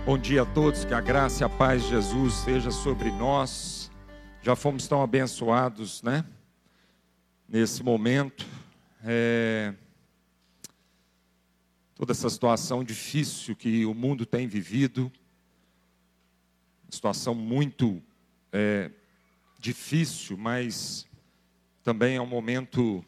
Bom dia a todos, que a graça e a paz de Jesus seja sobre nós. Já fomos tão abençoados, né? Nesse momento. Toda essa situação difícil que o mundo tem vivido. Situação muito difícil, mas também é um momento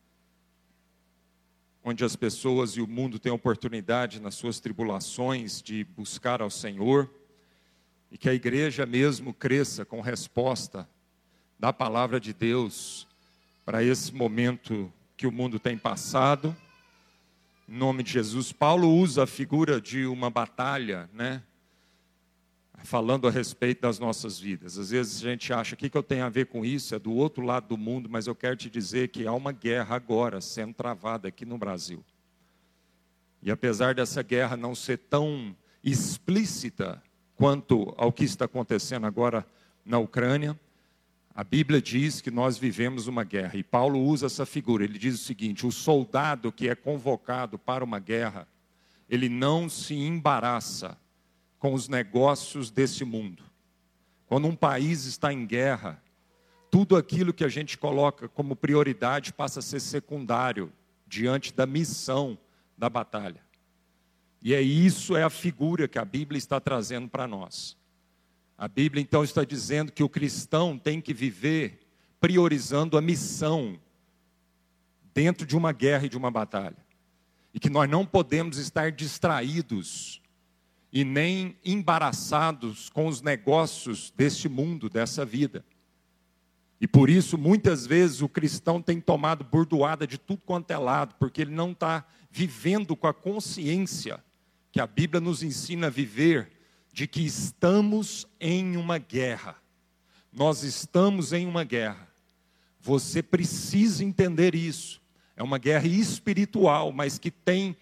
onde as pessoas e o mundo têm oportunidade nas suas tribulações de buscar ao Senhor, e que a igreja mesmo cresça com resposta da palavra de Deus para esse momento que o mundo tem passado. Em nome de Jesus. Paulo usa a figura de uma batalha, né? Falando a respeito das nossas vidas. Às vezes a gente acha, o que eu tenho a ver com isso? É do outro lado do mundo, mas eu quero te dizer que há uma guerra agora sendo travada aqui no Brasil. E apesar dessa guerra não ser tão explícita quanto ao que está acontecendo agora na Ucrânia, a Bíblia diz que nós vivemos uma guerra. E Paulo usa essa figura. Ele diz o seguinte: o soldado que é convocado para uma guerra, ele não se embaraça com os negócios desse mundo. Quando um país está em guerra, tudo aquilo que a gente coloca como prioridade passa a ser secundário diante da missão da batalha. E isso é a figura que a Bíblia está trazendo para nós. A Bíblia então está dizendo que o cristão tem que viver priorizando a missão dentro de uma guerra e de uma batalha. E que nós não podemos estar distraídos e nem embaraçados com os negócios deste mundo, dessa vida. E por isso, muitas vezes, o cristão tem tomado bordoada de tudo quanto é lado, porque ele não está vivendo com a consciência que a Bíblia nos ensina a viver, de que estamos em uma guerra. Nós estamos em uma guerra. Você precisa entender isso. É uma guerra espiritual, mas que tem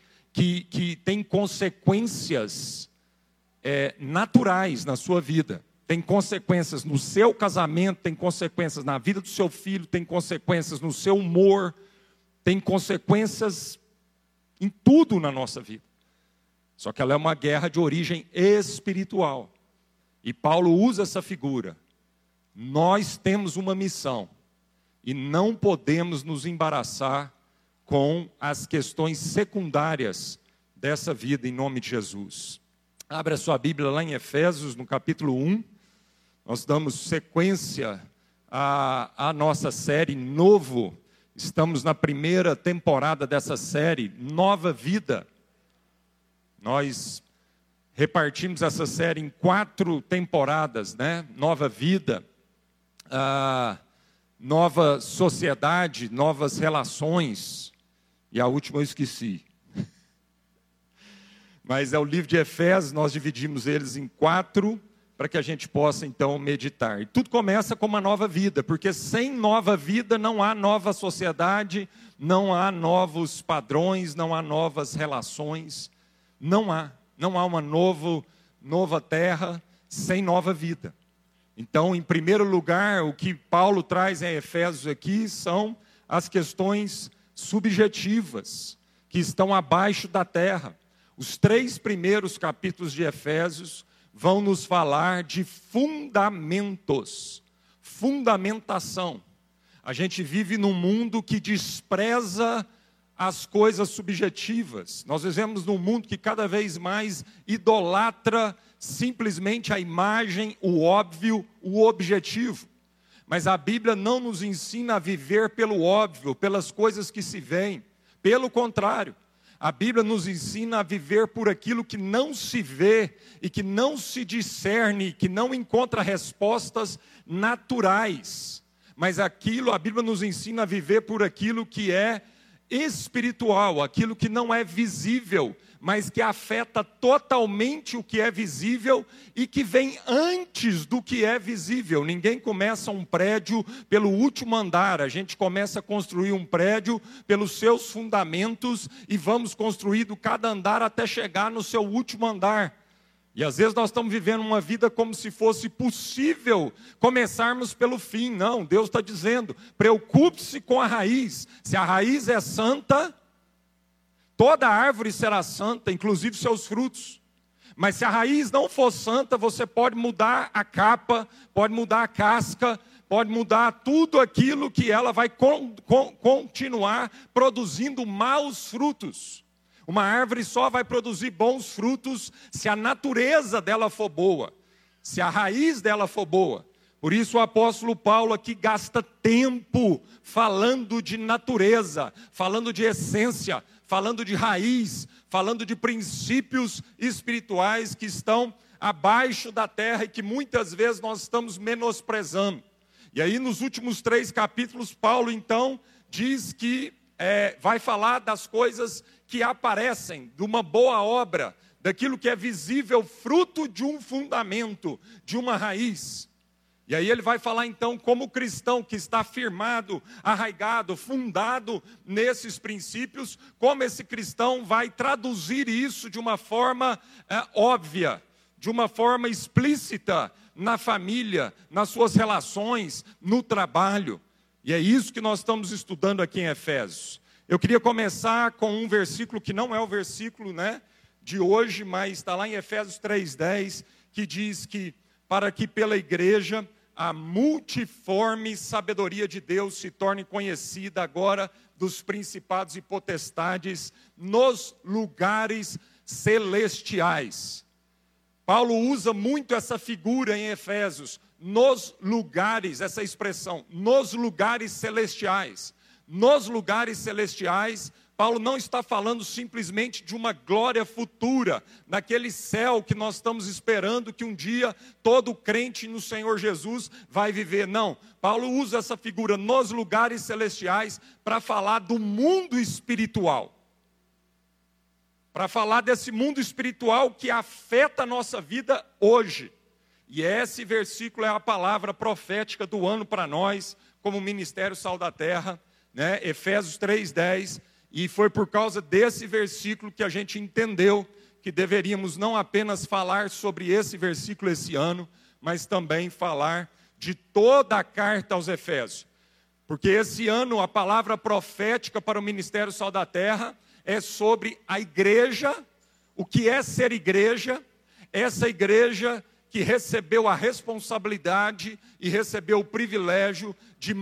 consequências naturais na sua vida. Tem consequências no seu casamento, tem consequências na vida do seu filho, tem consequências no seu humor, tem consequências em tudo na nossa vida. Só que ela é uma guerra de origem espiritual. E Paulo usa essa figura. Nós temos uma missão e não podemos nos embaraçar com as questões secundárias dessa vida, em nome de Jesus. Abra a sua Bíblia lá em Efésios, no capítulo 1. Nós damos sequência à nossa série Novo. Estamos na primeira temporada dessa série, Nova Vida. Nós repartimos essa série em 4 temporadas, né? Nova Vida, nova sociedade, novas relações. E a última eu esqueci. Mas é o livro de Efésios, nós dividimos eles em 4, para que a gente possa então meditar. E tudo começa com uma nova vida, porque sem nova vida não há nova sociedade, não há novos padrões, não há novas relações, não há uma nova terra sem nova vida. Então, em primeiro lugar, o que Paulo traz em Efésios aqui são as questões subjetivas, que estão abaixo da terra. Os 3 primeiros capítulos de Efésios vão nos falar de fundamentos, fundamentação. A gente vive num mundo que despreza as coisas subjetivas. Nós vivemos num mundo que cada vez mais idolatra simplesmente a imagem, o óbvio, o objetivo. Mas a Bíblia não nos ensina a viver pelo óbvio, pelas coisas que se veem. Pelo contrário. A Bíblia nos ensina a viver por aquilo que não se vê e que não se discerne, que não encontra respostas naturais. Mas a Bíblia nos ensina a viver por aquilo que é espiritual, aquilo que não é visível, mas que afeta totalmente o que é visível e que vem antes do que é visível. Ninguém começa um prédio pelo último andar, a gente começa a construir um prédio pelos seus fundamentos e vamos construindo cada andar até chegar no seu último andar. E às vezes nós estamos vivendo uma vida como se fosse possível começarmos pelo fim. Não, Deus está dizendo, preocupe-se com a raiz. Se a raiz é santa, toda árvore será santa, inclusive seus frutos. Mas se a raiz não for santa, você pode mudar a capa, pode mudar a casca, pode mudar tudo aquilo que ela vai continuar produzindo maus frutos. Uma árvore só vai produzir bons frutos se a natureza dela for boa, se a raiz dela for boa. Por isso o apóstolo Paulo aqui gasta tempo falando de natureza, falando de essência, falando de raiz, falando de princípios espirituais que estão abaixo da terra e que muitas vezes nós estamos menosprezando. E aí nos últimos 3 capítulos, Paulo então diz que vai falar das coisas que aparecem, de uma boa obra, daquilo que é visível, fruto de um fundamento, de uma raiz. E aí ele vai falar então como o cristão que está firmado, arraigado, fundado nesses princípios, como esse cristão vai traduzir isso de uma forma óbvia, de uma forma explícita na família, nas suas relações, no trabalho. E é isso que nós estamos estudando aqui em Efésios. Eu queria começar com um versículo que não é o versículo de hoje, mas está lá em Efésios 3:10, que diz que para que pela igreja a multiforme sabedoria de Deus se torne conhecida agora dos principados e potestades nos lugares celestiais. Paulo usa muito essa figura em Efésios, nos lugares, essa expressão, nos lugares celestiais. Nos lugares celestiais, Paulo não está falando simplesmente de uma glória futura, naquele céu que nós estamos esperando que um dia todo crente no Senhor Jesus vai viver. Não, Paulo usa essa figura nos lugares celestiais para falar do mundo espiritual. Para falar desse mundo espiritual que afeta a nossa vida hoje. E esse versículo é a palavra profética do ano para nós, como Ministério Sal da Terra, Efésios 3:10. E foi por causa desse versículo que a gente entendeu que deveríamos não apenas falar sobre esse versículo esse ano, mas também falar de toda a carta aos Efésios. Porque esse ano a palavra profética para o Ministério Sal da Terra é sobre a igreja, o que é ser igreja, essa igreja que recebeu a responsabilidade e recebeu o privilégio de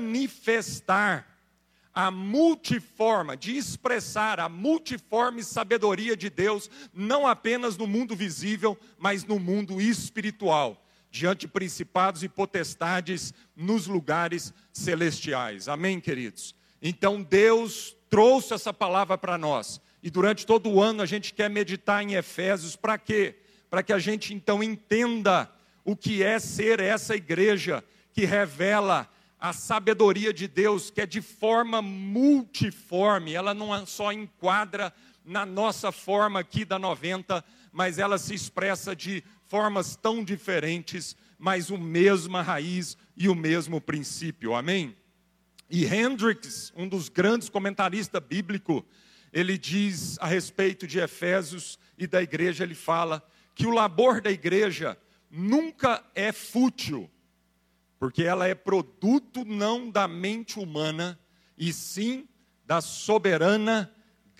manifestar a multiforme, de expressar a multiforme sabedoria de Deus, não apenas no mundo visível, mas no mundo espiritual, diante de principados e potestades nos lugares celestiais. Amém, queridos? Então Deus trouxe essa palavra para nós, e durante todo o ano a gente quer meditar em Efésios, para quê? Para que a gente então entenda o que é ser essa igreja que revela a sabedoria de Deus, que é de forma multiforme. Ela não só enquadra na nossa forma aqui da 90, mas ela se expressa de formas tão diferentes, mas a mesma raiz e o mesmo princípio. Amém? E Hendricks, um dos grandes comentaristas bíblicos, ele diz a respeito de Efésios e da igreja, ele fala que o labor da igreja nunca é fútil, porque ela é produto não da mente humana, e sim da soberana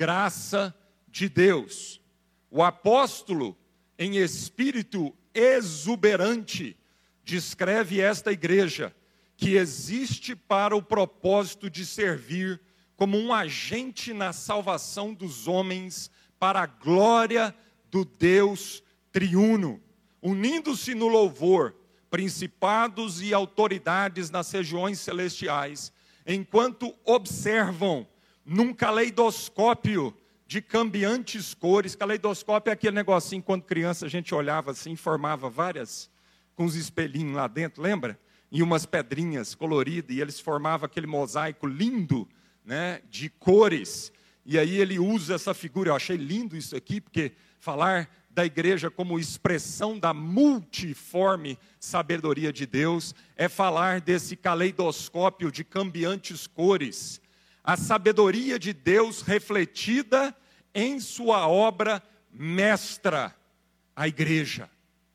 graça de Deus. O apóstolo, em espírito exuberante, descreve esta igreja, que existe para o propósito de servir como um agente na salvação dos homens, para a glória do Deus triuno, unindo-se no louvor, principados e autoridades nas regiões celestiais, enquanto observam num caleidoscópio de cambiantes cores. Caleidoscópio é aquele negocinho, quando criança a gente olhava assim, formava várias, com os espelhinhos lá dentro, lembra? E umas pedrinhas coloridas, e eles formavam aquele mosaico lindo, de cores. E aí ele usa essa figura. Eu achei lindo isso aqui, porque falar da igreja como expressão da multiforme sabedoria de Deus é falar desse caleidoscópio de cambiantes cores, a sabedoria de Deus refletida em sua obra mestra, a igreja.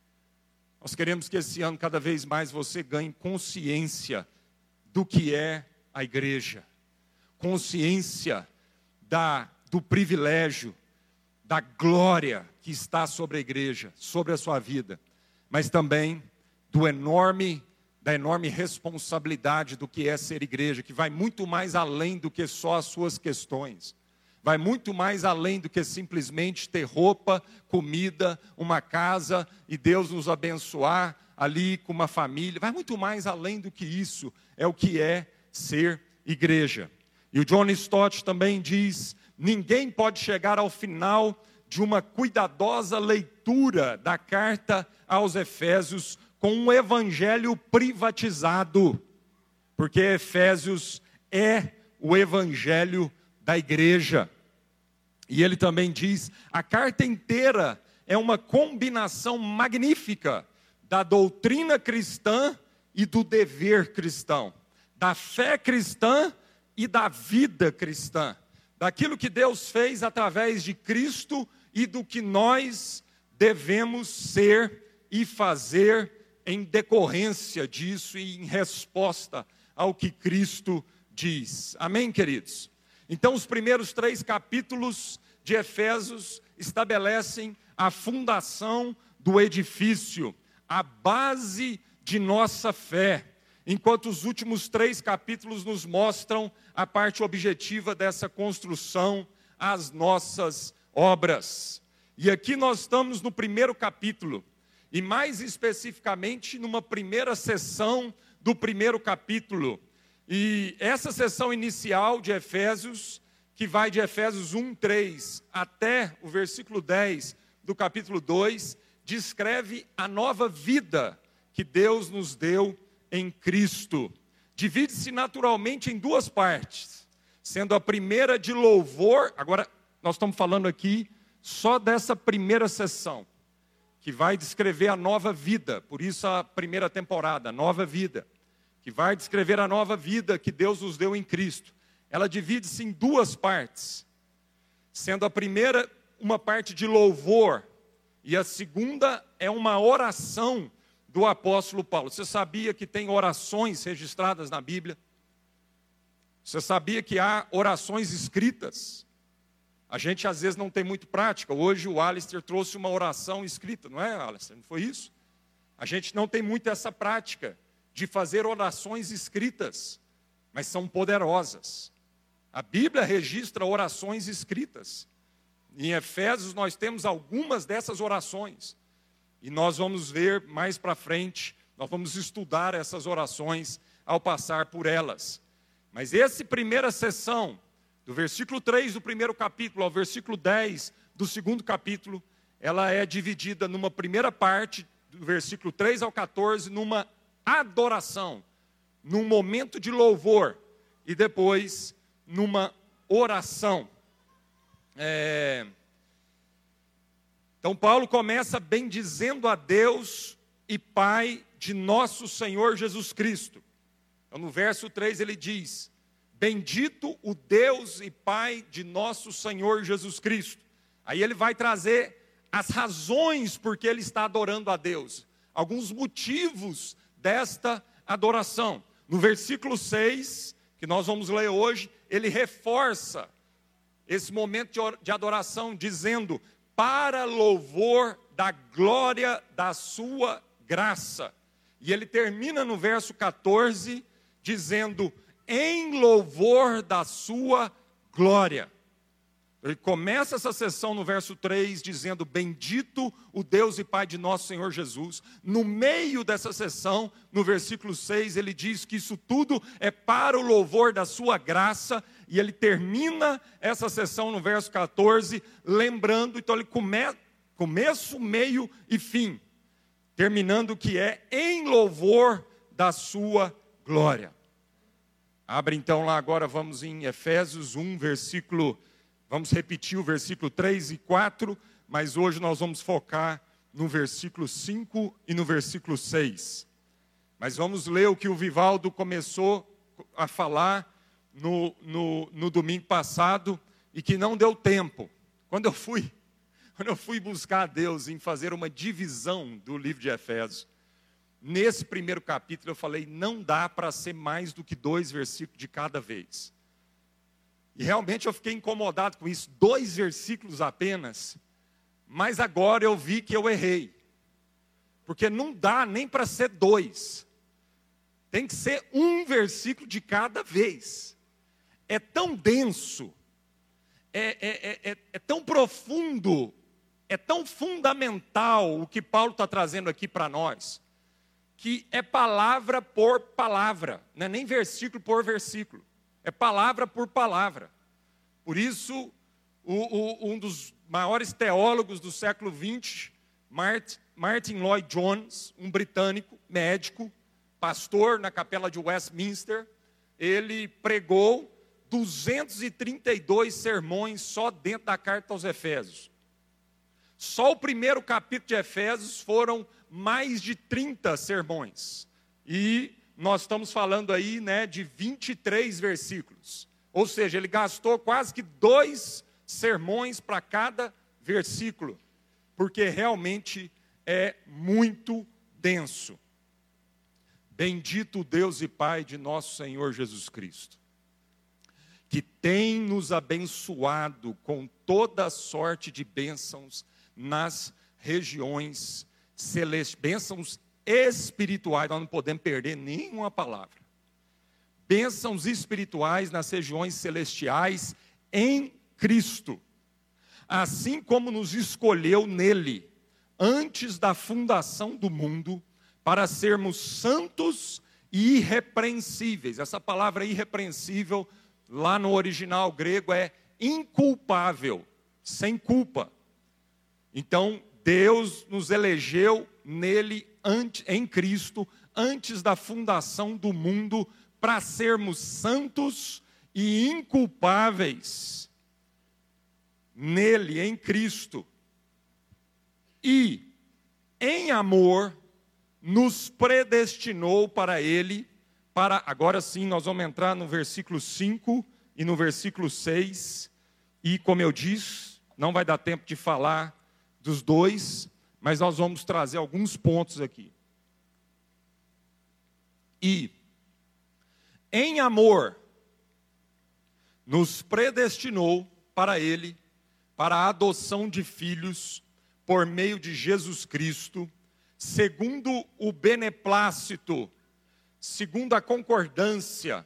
Nós queremos que esse ano cada vez mais você ganhe consciência do que é a igreja, consciência do privilégio, da glória que está sobre a igreja, sobre a sua vida, mas também da enorme responsabilidade do que é ser igreja, que vai muito mais além do que só as suas questões. Vai muito mais além do que simplesmente ter roupa, comida, uma casa e Deus nos abençoar ali com uma família. Vai muito mais além do que isso, é o que é ser igreja. E o John Stott também diz: ninguém pode chegar ao final de uma cuidadosa leitura da carta aos Efésios com um evangelho privatizado, porque Efésios é o evangelho da igreja. E ele também diz: a carta inteira é uma combinação magnífica da doutrina cristã e do dever cristão, da fé cristã e da vida cristã, daquilo que Deus fez através de Cristo e do que nós devemos ser e fazer em decorrência disso e em resposta ao que Cristo diz. Amém, queridos? Então, os primeiros 3 capítulos de Efésios estabelecem a fundação do edifício, a base de nossa fé, enquanto os últimos 3 capítulos nos mostram a parte objetiva dessa construção, as nossas obras. E aqui nós estamos no primeiro capítulo, e mais especificamente numa primeira sessão do primeiro capítulo. E essa sessão inicial de Efésios, que vai de Efésios 1:3 até o versículo 10 do capítulo 2, descreve a nova vida que Deus nos deu em Cristo. Divide-se naturalmente em 2 partes, sendo a primeira de louvor. Agora, nós estamos falando aqui só dessa primeira sessão, que vai descrever a nova vida, por isso a primeira temporada, nova vida, que vai descrever a nova vida que Deus nos deu em Cristo. Ela divide-se em 2 partes, sendo a primeira uma parte de louvor, e a segunda é uma oração do apóstolo Paulo. Você sabia que tem orações registradas na Bíblia? Você sabia que há orações escritas? A gente às vezes não tem muito prática. Hoje o Alistair trouxe uma oração escrita, não é, Alistair? Não foi isso? A gente não tem muito essa prática de fazer orações escritas, mas são poderosas. A Bíblia registra orações escritas. Em Efésios nós temos algumas dessas orações. E nós vamos ver mais para frente, nós vamos estudar essas orações ao passar por elas. Mas essa primeira sessão, do versículo 3 do primeiro capítulo ao versículo 10 do segundo capítulo, ela é dividida numa primeira parte, do versículo 3 ao 14, numa adoração, num momento de louvor, e depois numa oração. Então Paulo começa bendizendo a Deus e Pai de nosso Senhor Jesus Cristo. Então, no verso 3 ele diz: bendito o Deus e Pai de nosso Senhor Jesus Cristo. Aí ele vai trazer as razões por que ele está adorando a Deus, alguns motivos desta adoração. No versículo 6, que nós vamos ler hoje, ele reforça esse momento de adoração, dizendo: para louvor da glória da sua graça. E ele termina no verso 14, dizendo: em louvor da sua glória. Ele começa essa sessão no verso 3, dizendo: bendito o Deus e Pai de nosso Senhor Jesus. No meio dessa sessão, no versículo 6, ele diz que isso tudo é para o louvor da sua graça. E ele termina essa sessão no verso 14, lembrando, então ele começo, meio e fim, terminando que é em louvor da sua glória. Abre então lá agora, vamos em Efésios 1, vamos repetir o versículo 3 e 4, mas hoje nós vamos focar no versículo 5 e no versículo 6. Mas vamos ler o que o Vivaldo começou a falar no domingo passado e que não deu tempo. Quando eu fui buscar a Deus em fazer uma divisão do livro de Efésios, nesse primeiro capítulo eu falei: não dá para ser mais do que 2 versículos de cada vez. E realmente eu fiquei incomodado com isso. 2 versículos apenas. Mas agora eu vi que eu errei. Porque não dá nem para ser 2. Tem que ser 1 versículo de cada vez. É tão denso. É tão profundo. É tão fundamental o que Paulo está trazendo aqui para nós. Que é palavra por palavra. Não é nem versículo por versículo. É palavra por palavra. Por isso, um dos maiores teólogos do século XX, Martin Lloyd Jones, um britânico, médico, pastor na capela de Westminster, ele pregou 232 sermões só dentro da carta aos Efésios. Só o primeiro capítulo de Efésios foram mais de 30 sermões. E nós estamos falando aí, né, de 23 versículos. Ou seja, ele gastou quase que 2 sermões para cada versículo. Porque realmente é muito denso. Bendito o Deus e Pai de nosso Senhor Jesus Cristo, que tem nos abençoado com toda sorte de bênçãos nas regiões celestes, bênçãos espirituais, nós não podemos perder nenhuma palavra. Bênçãos espirituais nas regiões celestiais em Cristo, assim como nos escolheu nele, antes da fundação do mundo, para sermos santos e irrepreensíveis. Essa palavra irrepreensível, lá no original grego, é inculpável, sem culpa. Então, Deus nos elegeu nele, em Cristo, antes da fundação do mundo, para sermos santos e inculpáveis nele, em Cristo. E, em amor, nos predestinou para ele, agora sim nós vamos entrar no versículo 5 e no versículo 6, e como eu disse, não vai dar tempo de falar dos 2, mas nós vamos trazer alguns pontos aqui. E, em amor, nos predestinou para ele, para a adoção de filhos, por meio de Jesus Cristo, segundo o beneplácito, segundo a concordância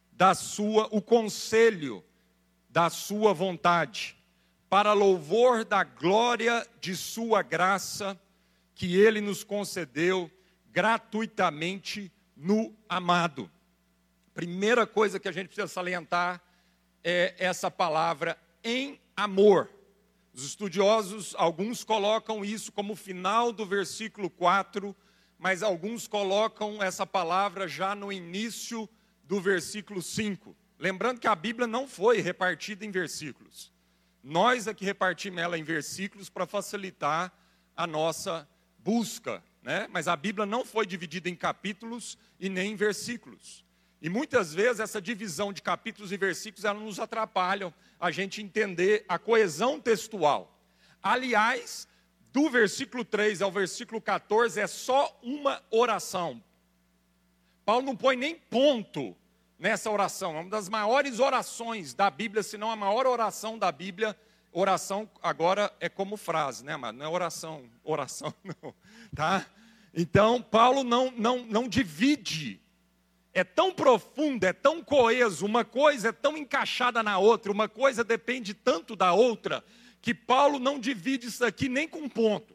o conselho da sua vontade, para louvor da glória de sua graça, que ele nos concedeu gratuitamente no amado. Primeira coisa que a gente precisa salientar é essa palavra em amor. Os estudiosos, alguns colocam isso como final do versículo 4, mas alguns colocam essa palavra já no início do versículo 5. Lembrando que a Bíblia não foi repartida em versículos. Nós é que repartimos ela em versículos para facilitar a nossa busca, né? Mas a Bíblia não foi dividida em capítulos e nem em versículos. E muitas vezes essa divisão de capítulos e versículos, ela nos atrapalha a gente entender a coesão textual. Aliás, do versículo 3 ao versículo 14 é só uma oração. Paulo não põe nem ponto nessa oração. É uma das maiores orações da Bíblia, se não a maior oração da Bíblia. Oração agora é como frase, né, amado? Não é oração não, tá? Então, Paulo não divide. É tão profundo, é tão coeso, uma coisa é tão encaixada na outra, uma coisa depende tanto da outra, que Paulo não divide isso aqui nem com ponto.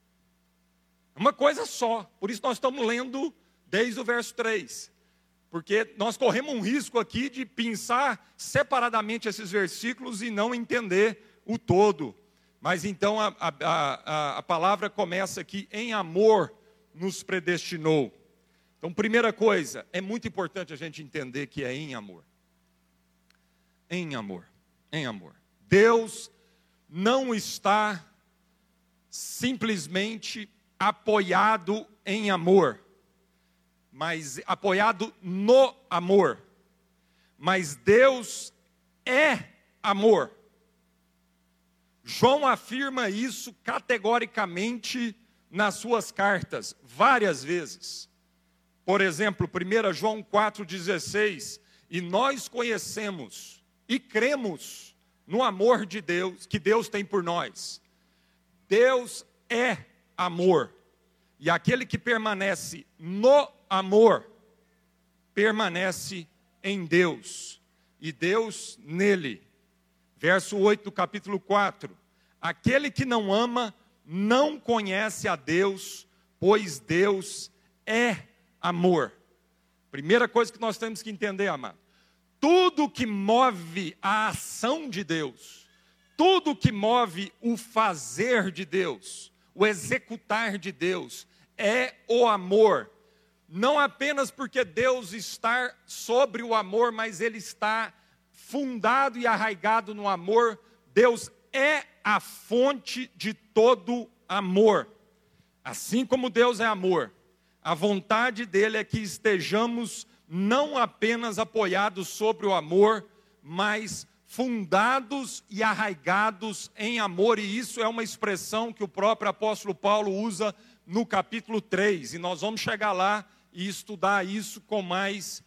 É uma coisa só. Por isso nós estamos lendo desde o verso 3. Porque nós corremos um risco aqui de pensar separadamente esses versículos e não entender o todo. Mas então a palavra começa aqui, em amor nos predestinou. Então, primeira coisa, é muito importante a gente entender que é em amor. Em amor, em amor. Deus não está simplesmente apoiado em amor, mas apoiado no amor. Mas Deus é amor. João afirma isso categoricamente nas suas cartas, várias vezes. Por exemplo, 1 João 4,16, e nós conhecemos e cremos no amor de Deus, que Deus tem por nós. Deus é amor. E aquele que permanece no amor, permanece em Deus. E Deus nele. Verso 8 do capítulo 4. Aquele que não ama, não conhece a Deus, pois Deus é amor. Primeira coisa que nós temos que entender, amado. Tudo que move a ação de Deus, tudo que move o fazer de Deus, o executar de Deus, é o amor. Não apenas porque Deus está sobre o amor, mas Ele está fundado e arraigado no amor. Deus é a fonte de todo amor. Assim como Deus é amor, a vontade dEle é que estejamos não apenas apoiados sobre o amor, mas fundados e arraigados em amor. E isso é uma expressão que o próprio apóstolo Paulo usa no capítulo 3. E nós vamos chegar lá e estudar isso com mais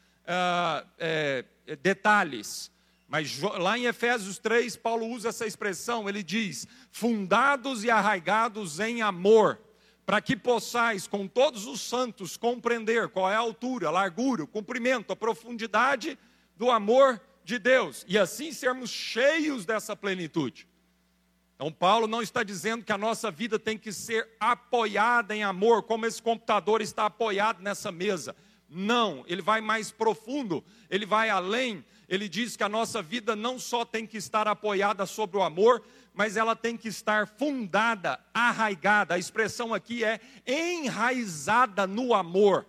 detalhes. Mas lá em Efésios 3, Paulo usa essa expressão, ele diz, fundados e arraigados em amor, para que possais com todos os santos compreender qual é a altura, a largura, o comprimento, a profundidade do amor de Deus, e assim sermos cheios dessa plenitude. Então Paulo não está dizendo que a nossa vida tem que ser apoiada em amor, como esse computador está apoiado nessa mesa. Não, ele vai mais profundo, ele vai além. Ele diz que a nossa vida não só tem que estar apoiada sobre o amor, mas ela tem que estar fundada, arraigada. A expressão aqui é enraizada no amor.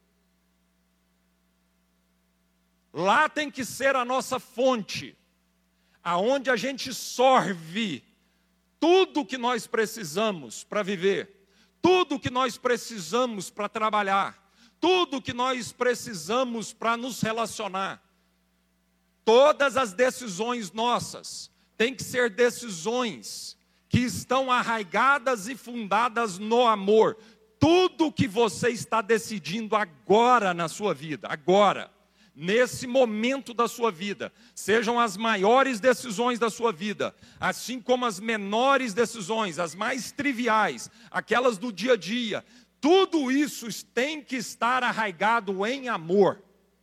Lá tem que ser a nossa fonte, aonde a gente sorve tudo que nós precisamos para viver, tudo que nós precisamos para trabalhar, tudo que nós precisamos para nos relacionar. Todas as decisões nossas têm que ser decisões que estão arraigadas e fundadas no amor. Tudo que você está decidindo agora na sua vida, agora, nesse momento da sua vida, sejam as maiores decisões da sua vida, assim como as menores decisões, as mais triviais, aquelas do dia a dia, tudo isso tem que estar arraigado em amor.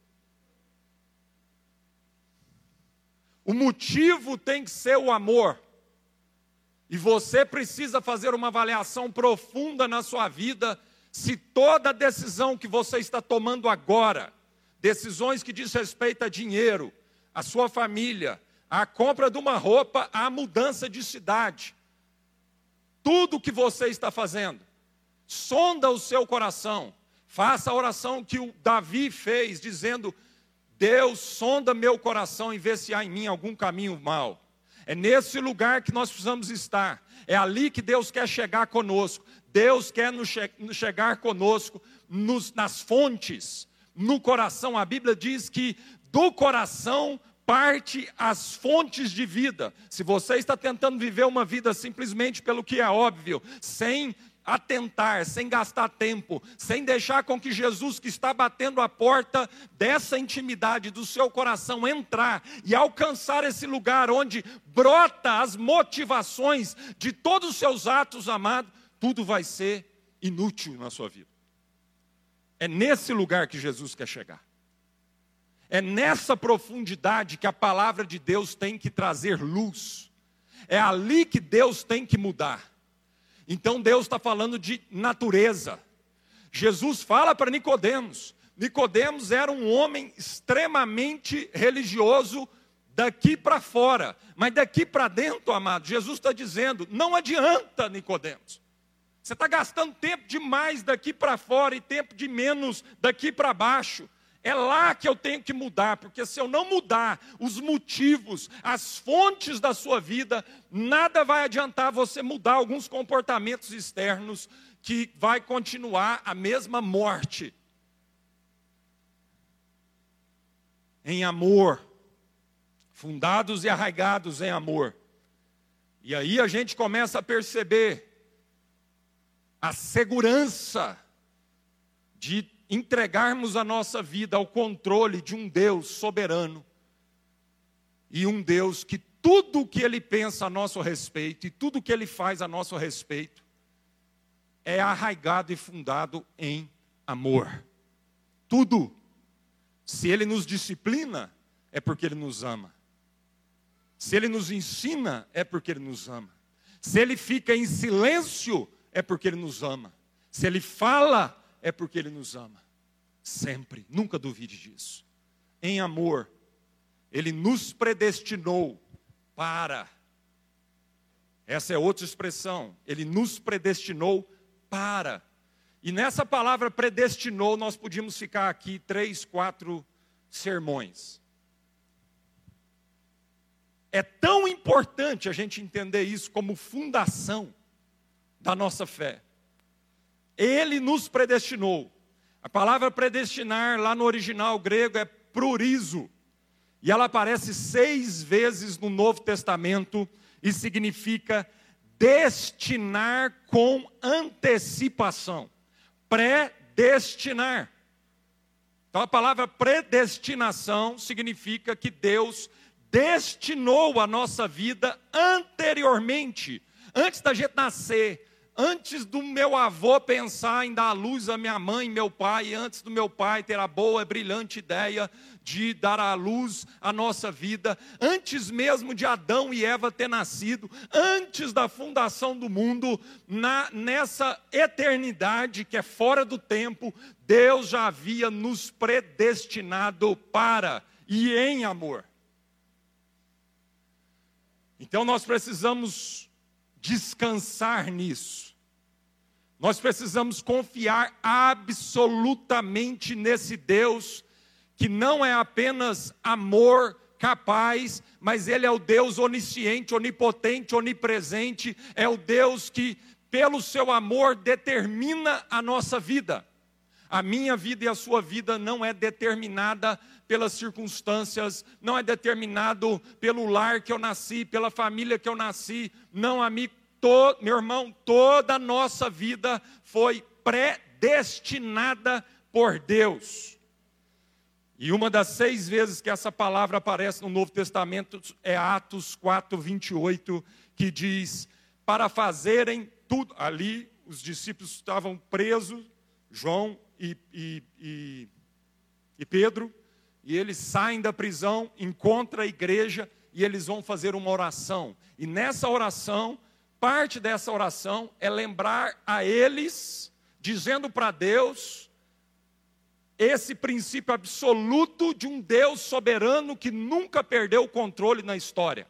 O motivo tem que ser o amor. E você precisa fazer uma avaliação profunda na sua vida, se toda decisão que você está tomando agora, decisões que diz respeito a dinheiro, a sua família, a compra de uma roupa, a mudança de cidade, tudo que você está fazendo, sonda o seu coração, faça a oração que o Davi fez, dizendo: Deus, sonda meu coração e vê se há em mim algum caminho mau. É nesse lugar que nós precisamos estar. É ali que Deus quer chegar conosco. Deus quer chegar conosco nas fontes, no coração. A Bíblia diz que do coração parte as fontes de vida. Se você está tentando viver uma vida simplesmente pelo que é óbvio, sem atentar, sem gastar tempo, sem deixar com que Jesus, que está batendo a porta dessa intimidade do seu coração, entrar e alcançar esse lugar onde brota as motivações de todos os seus atos, amado, tudo vai ser inútil na sua vida. É nesse lugar que Jesus quer chegar. É nessa profundidade que a palavra de Deus tem que trazer luz. É ali que Deus tem que mudar. Então Deus está falando de natureza. Jesus fala para Nicodemos. Nicodemos era um homem extremamente religioso daqui para fora. Mas daqui para dentro, amado, Jesus está dizendo, não adianta, Nicodemos. Você está gastando tempo demais daqui para fora e tempo de menos daqui para baixo. É lá que eu tenho que mudar, porque se eu não mudar os motivos, as fontes da sua vida, nada vai adiantar você mudar alguns comportamentos externos que vai continuar a mesma morte. Em amor, fundados e arraigados em amor. E aí a gente começa a perceber a segurança de entregarmos a nossa vida ao controle de um Deus soberano, e um Deus que tudo o que Ele pensa a nosso respeito e tudo o que Ele faz a nosso respeito é arraigado e fundado em amor. Tudo. Se Ele nos disciplina, é porque Ele nos ama. Se Ele nos ensina, é porque Ele nos ama. Se Ele fica em silêncio, é porque Ele nos ama. Se Ele fala, é porque Ele nos ama. Sempre, nunca duvide disso. Em amor, Ele nos predestinou para. Essa é outra expressão. Ele nos predestinou para. E nessa palavra predestinou, nós podíamos ficar aqui 3, 4 sermões. É tão importante a gente entender isso como fundação da nossa fé. Ele nos predestinou. A palavra predestinar, lá no original grego, é prurizo. E ela aparece 6 vezes no Novo Testamento e significa destinar com antecipação. Predestinar. Então a palavra predestinação significa que Deus destinou a nossa vida anteriormente, antes da gente nascer, antes do meu avô pensar em dar à luz a minha mãe e meu pai, antes do meu pai ter a boa e brilhante ideia de dar à luz a nossa vida, antes mesmo de Adão e Eva ter nascido, antes da fundação do mundo, nessa eternidade que é fora do tempo, Deus já havia nos predestinado para e em amor. Então nós precisamos descansar nisso. Nós precisamos confiar absolutamente nesse Deus, que não é apenas amor capaz, mas Ele é o Deus onisciente, onipotente, onipresente, é o Deus que, pelo seu amor, determina a nossa vida. A minha vida e a sua vida não é determinada pelas circunstâncias, não é determinado pelo lar que eu nasci, pela família que eu nasci, não, amigo. Meu irmão, toda a nossa vida foi predestinada por Deus. E uma das 6 vezes que essa palavra aparece no Novo Testamento é Atos 4:28, que diz, para fazerem tudo. Ali os discípulos estavam presos, João e Pedro, e eles saem da prisão, encontram a igreja e eles vão fazer uma oração. E nessa oração, parte dessa oração é lembrar a eles, dizendo para Deus, esse princípio absoluto de um Deus soberano que nunca perdeu o controle na história.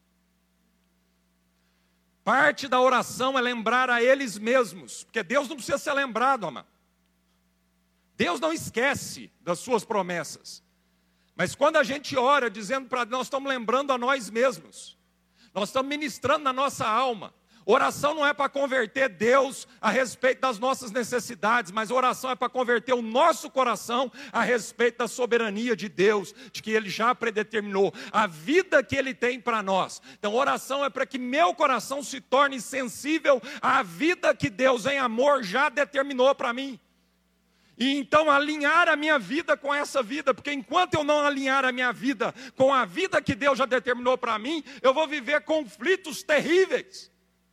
Parte da oração é lembrar a eles mesmos, porque Deus não precisa ser lembrado, amado. Deus não esquece das suas promessas. Mas quando a gente ora dizendo para Deus, nós estamos lembrando a nós mesmos. Nós estamos ministrando na nossa alma. Oração não é para converter Deus a respeito das nossas necessidades, mas oração é para converter o nosso coração a respeito da soberania de Deus, de que Ele já predeterminou, a vida que Ele tem para nós. Então oração é para que meu coração se torne sensível à vida que Deus em amor já determinou para mim. E então alinhar a minha vida com essa vida, porque enquanto eu não alinhar a minha vida com a vida que Deus já determinou para mim, eu vou viver conflitos terríveis.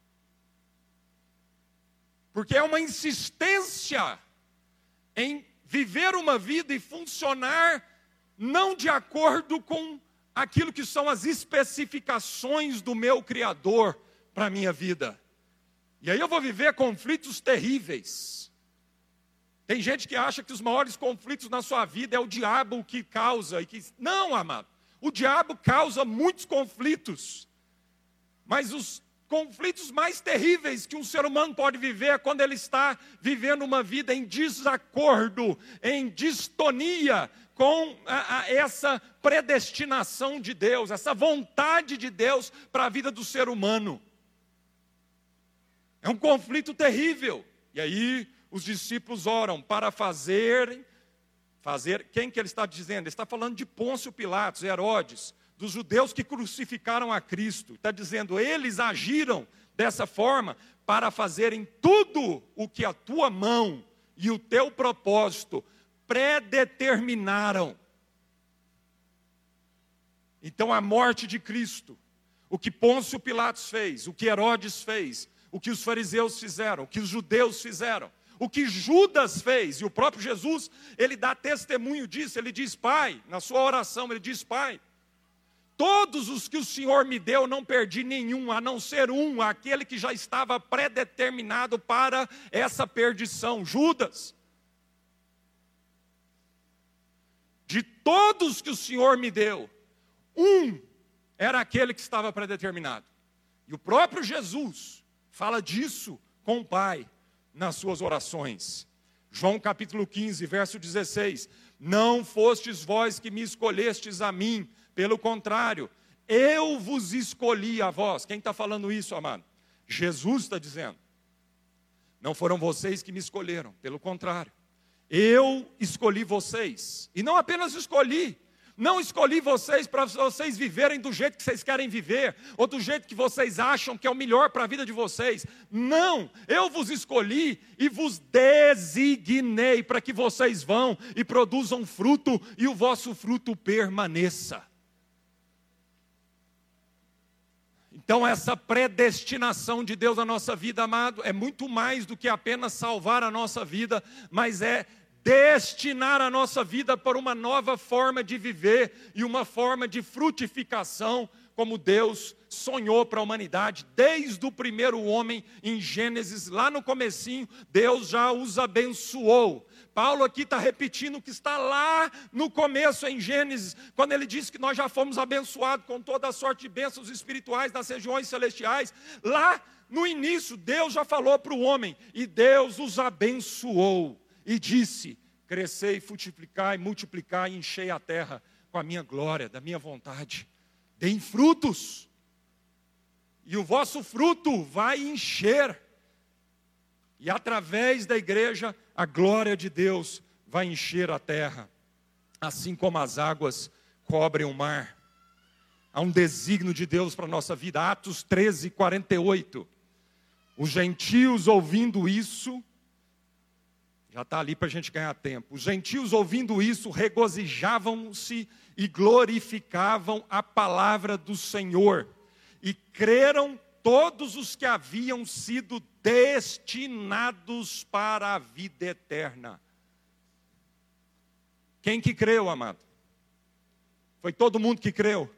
Porque é uma insistência em viver uma vida e funcionar não de acordo com aquilo que são as especificações do meu Criador para a minha vida. E aí eu vou viver conflitos terríveis. Tem gente que acha que os maiores conflitos na sua vida é o diabo que causa. Não, amado. O diabo causa muitos conflitos. Mas os conflitos mais terríveis que um ser humano pode viver é quando ele está vivendo uma vida em desacordo, em distonia com essa predestinação de Deus, essa vontade de Deus para a vida do ser humano. É um conflito terrível. E aí os discípulos oram para fazer, quem que ele está dizendo? Ele está falando de Pôncio Pilatos, Herodes, dos judeus que crucificaram a Cristo. Está dizendo, eles agiram dessa forma para fazerem tudo o que a tua mão e o teu propósito predeterminaram. Então a morte de Cristo, o que Pôncio Pilatos fez, o que Herodes fez, o que os fariseus fizeram, o que os judeus fizeram, o que Judas fez, e o próprio Jesus, ele dá testemunho disso, ele diz: Pai, na sua oração, ele diz: Pai, todos os que o Senhor me deu, não perdi nenhum, a não ser um, aquele que já estava predeterminado para essa perdição, Judas. De todos que o Senhor me deu, um era aquele que estava predeterminado. E o próprio Jesus fala disso com o Pai nas suas orações. João capítulo 15, verso 16. Não fostes vós que me escolhestes a mim, pelo contrário, eu vos escolhi a vós. Quem está falando isso, amado? Jesus está dizendo. Não foram vocês que me escolheram, pelo contrário. Eu escolhi vocês. E não apenas escolhi. Não escolhi vocês para vocês viverem do jeito que vocês querem viver, ou do jeito que vocês acham que é o melhor para a vida de vocês. Não, eu vos escolhi e vos designei para que vocês vão e produzam fruto, e o vosso fruto permaneça. Então essa predestinação de Deus na nossa vida, amado, é muito mais do que apenas salvar a nossa vida, mas é destinar a nossa vida para uma nova forma de viver e uma forma de frutificação, como Deus sonhou para a humanidade. Desde o primeiro homem, em Gênesis, lá no comecinho, Deus já os abençoou. Paulo aqui está repetindo o que está lá no começo, em Gênesis, quando ele diz que nós já fomos abençoados com toda a sorte de bênçãos espirituais nas regiões celestiais. Lá no início, Deus já falou para o homem, e Deus os abençoou. E disse: crescei, frutificai, multiplicai e enchei a terra com a minha glória, da minha vontade. Deem frutos, e o vosso fruto vai encher. E através da igreja, a glória de Deus vai encher a terra. Assim como as águas cobrem o mar. Há um desígnio de Deus para a nossa vida. Atos 13, 48. Os gentios ouvindo isso, já está ali para a gente ganhar tempo. Os gentios ouvindo isso, regozijavam-se e glorificavam a palavra do Senhor. E creram todos os que haviam sido destinados para a vida eterna. Quem que creu, amado? Foi todo mundo que creu?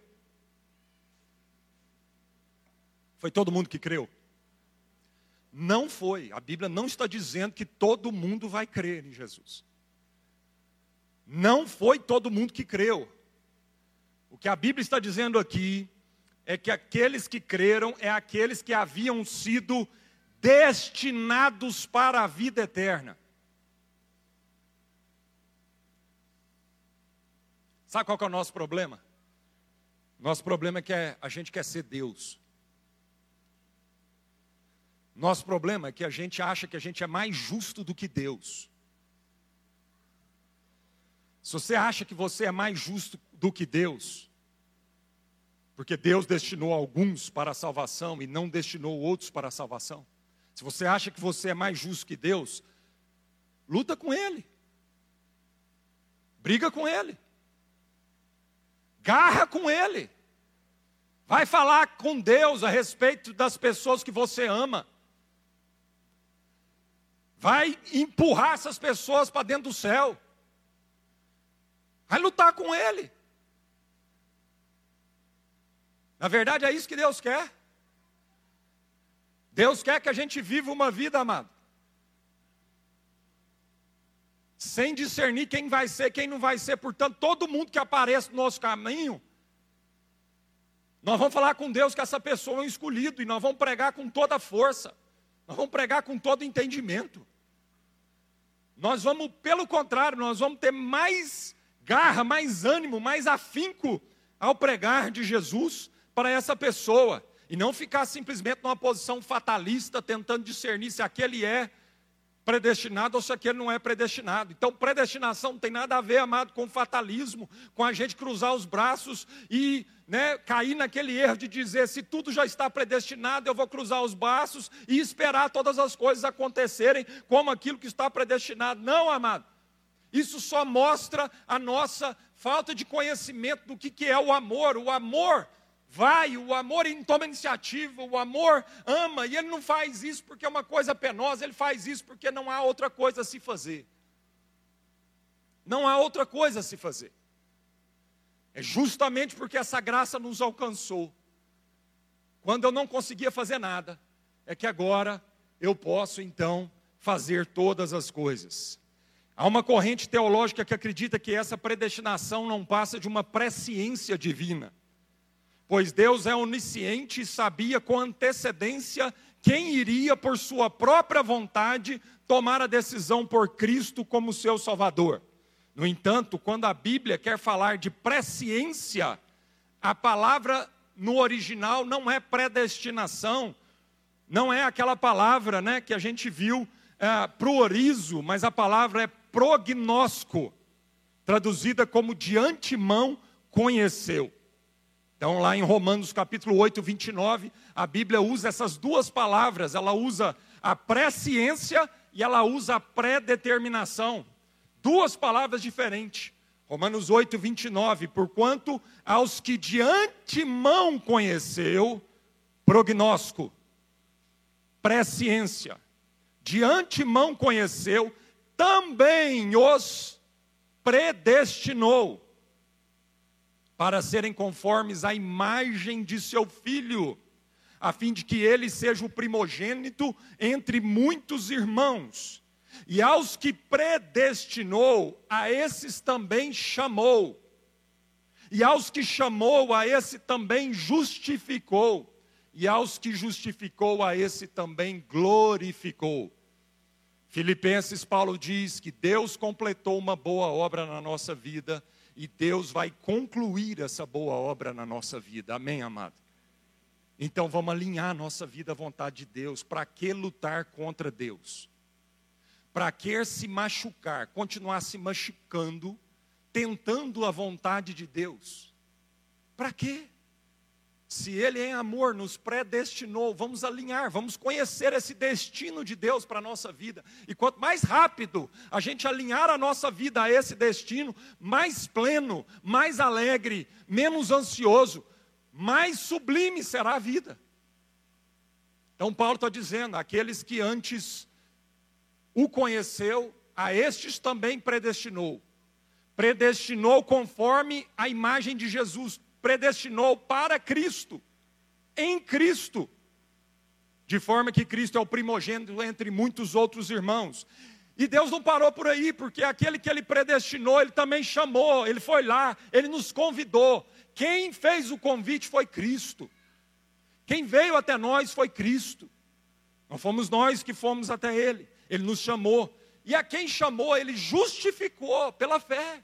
Foi todo mundo que creu? Não foi. A Bíblia não está dizendo que todo mundo vai crer em Jesus. Não foi todo mundo que creu. O que a Bíblia está dizendo aqui é que aqueles que creram é aqueles que haviam sido destinados para a vida eterna. Sabe qual que é o nosso problema? Nosso problema é que a gente quer ser Deus. Nosso problema é que a gente acha que a gente é mais justo do que Deus. Se você acha que você é mais justo do que Deus, porque Deus destinou alguns para a salvação e não destinou outros para a salvação. Se você acha que você é mais justo que Deus, luta com Ele. Briga com Ele. Garra com Ele. Vai falar com Deus a respeito das pessoas que você ama. Vai empurrar essas pessoas para dentro do céu. Vai lutar com Ele. Na verdade é isso que Deus quer. Deus quer que a gente viva uma vida, amado, sem discernir quem vai ser, quem não vai ser. Portanto, todo mundo que aparece no nosso caminho, nós vamos falar com Deus que essa pessoa é um escolhido, e nós vamos pregar com toda a força, nós vamos pregar com todo entendimento. Nós vamos, pelo contrário, nós vamos ter mais garra, mais ânimo, mais afinco ao pregar de Jesus para essa pessoa. E não ficar simplesmente numa posição fatalista, tentando discernir se aquele é predestinado ou se aquele não é predestinado. Então, predestinação não tem nada a ver, amado, com fatalismo, com a gente cruzar os braços e cair naquele erro de dizer: se tudo já está predestinado, eu vou cruzar os braços e esperar todas as coisas acontecerem como aquilo que está predestinado. Não, amado. Isso só mostra a nossa falta de conhecimento do que é o amor. O amor vai, o amor toma iniciativa, o amor ama, e ele não faz isso porque é uma coisa penosa, ele faz isso porque não há outra coisa a se fazer. Não há outra coisa a se fazer. É justamente porque essa graça nos alcançou. Quando eu não conseguia fazer nada, é que agora eu posso então fazer todas as coisas. Há uma corrente teológica que acredita que essa predestinação não passa de uma presciência divina. Pois Deus é onisciente e sabia com antecedência quem iria, por sua própria vontade, tomar a decisão por Cristo como seu Salvador. No entanto, quando a Bíblia quer falar de presciência, a palavra no original não é predestinação, não é aquela palavra, né, que a gente viu proorizo, mas a palavra é prognosco, traduzida como de antemão conheceu. Então, lá em Romanos capítulo 8, 29, a Bíblia usa essas duas palavras. Ela usa a presciência e ela usa a predeterminação. Duas palavras diferentes. Romanos 8, 29. Porquanto aos que de antemão conheceu, prognosco, presciência, de antemão conheceu, também os predestinou para serem conformes à imagem de seu Filho, a fim de que ele seja o primogênito entre muitos irmãos. E aos que predestinou, a esses também chamou. E aos que chamou, a esse também justificou. E aos que justificou, a esse também glorificou. Filipenses, Paulo diz que Deus completou uma boa obra na nossa vida, e Deus vai concluir essa boa obra na nossa vida. Amém, amado? Então vamos alinhar a nossa vida à vontade de Deus. Para que lutar contra Deus? Para que se machucar, continuar se machucando, tentando a vontade de Deus? Para quê? Se Ele em amor nos predestinou, vamos alinhar, vamos conhecer esse destino de Deus para a nossa vida. E quanto mais rápido a gente alinhar a nossa vida a esse destino, mais pleno, mais alegre, menos ansioso, mais sublime será a vida. Então Paulo está dizendo, aqueles que antes o conheceu, a estes também predestinou. Predestinou conforme a imagem de Jesus. Predestinou para Cristo, em Cristo, de forma que Cristo é o primogênito entre muitos outros irmãos. E Deus não parou por aí, porque aquele que Ele predestinou, Ele também chamou, Ele foi lá, Ele nos convidou. Quem fez o convite foi Cristo. Quem veio até nós foi Cristo. Não fomos nós que fomos até Ele, Ele nos chamou. E a quem chamou, Ele justificou pela fé.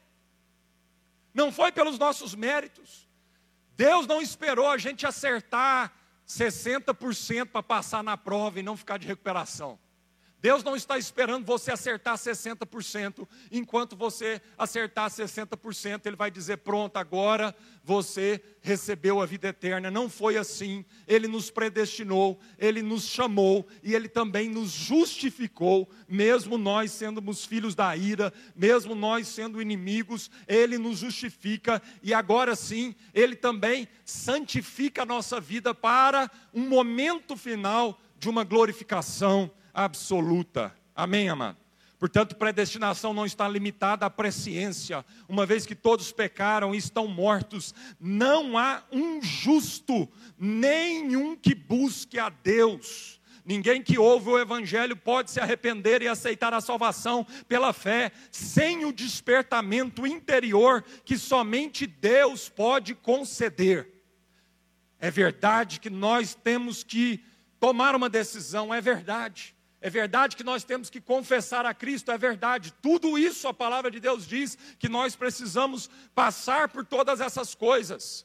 Não foi pelos nossos méritos. Deus não esperou a gente acertar 60% para passar na prova e não ficar de recuperação. Deus não está esperando você acertar 60%, enquanto você acertar 60%, Ele vai dizer, pronto, agora você recebeu a vida eterna. Não foi assim. Ele nos predestinou, Ele nos chamou e Ele também nos justificou, mesmo nós sendo filhos da ira, mesmo nós sendo inimigos, Ele nos justifica e agora sim, Ele também santifica a nossa vida para um momento final de uma glorificação absoluta. Amém, amado? Portanto, predestinação não está limitada à presciência. Uma vez que todos pecaram e estão mortos, não há um justo, nenhum que busque a Deus. Ninguém que ouve o Evangelho pode se arrepender e aceitar a salvação pela fé, sem o despertamento interior que somente Deus pode conceder. É verdade que nós temos que tomar uma decisão, é verdade. É verdade que nós temos que confessar a Cristo, é verdade. Tudo isso a palavra de Deus diz que nós precisamos passar por todas essas coisas.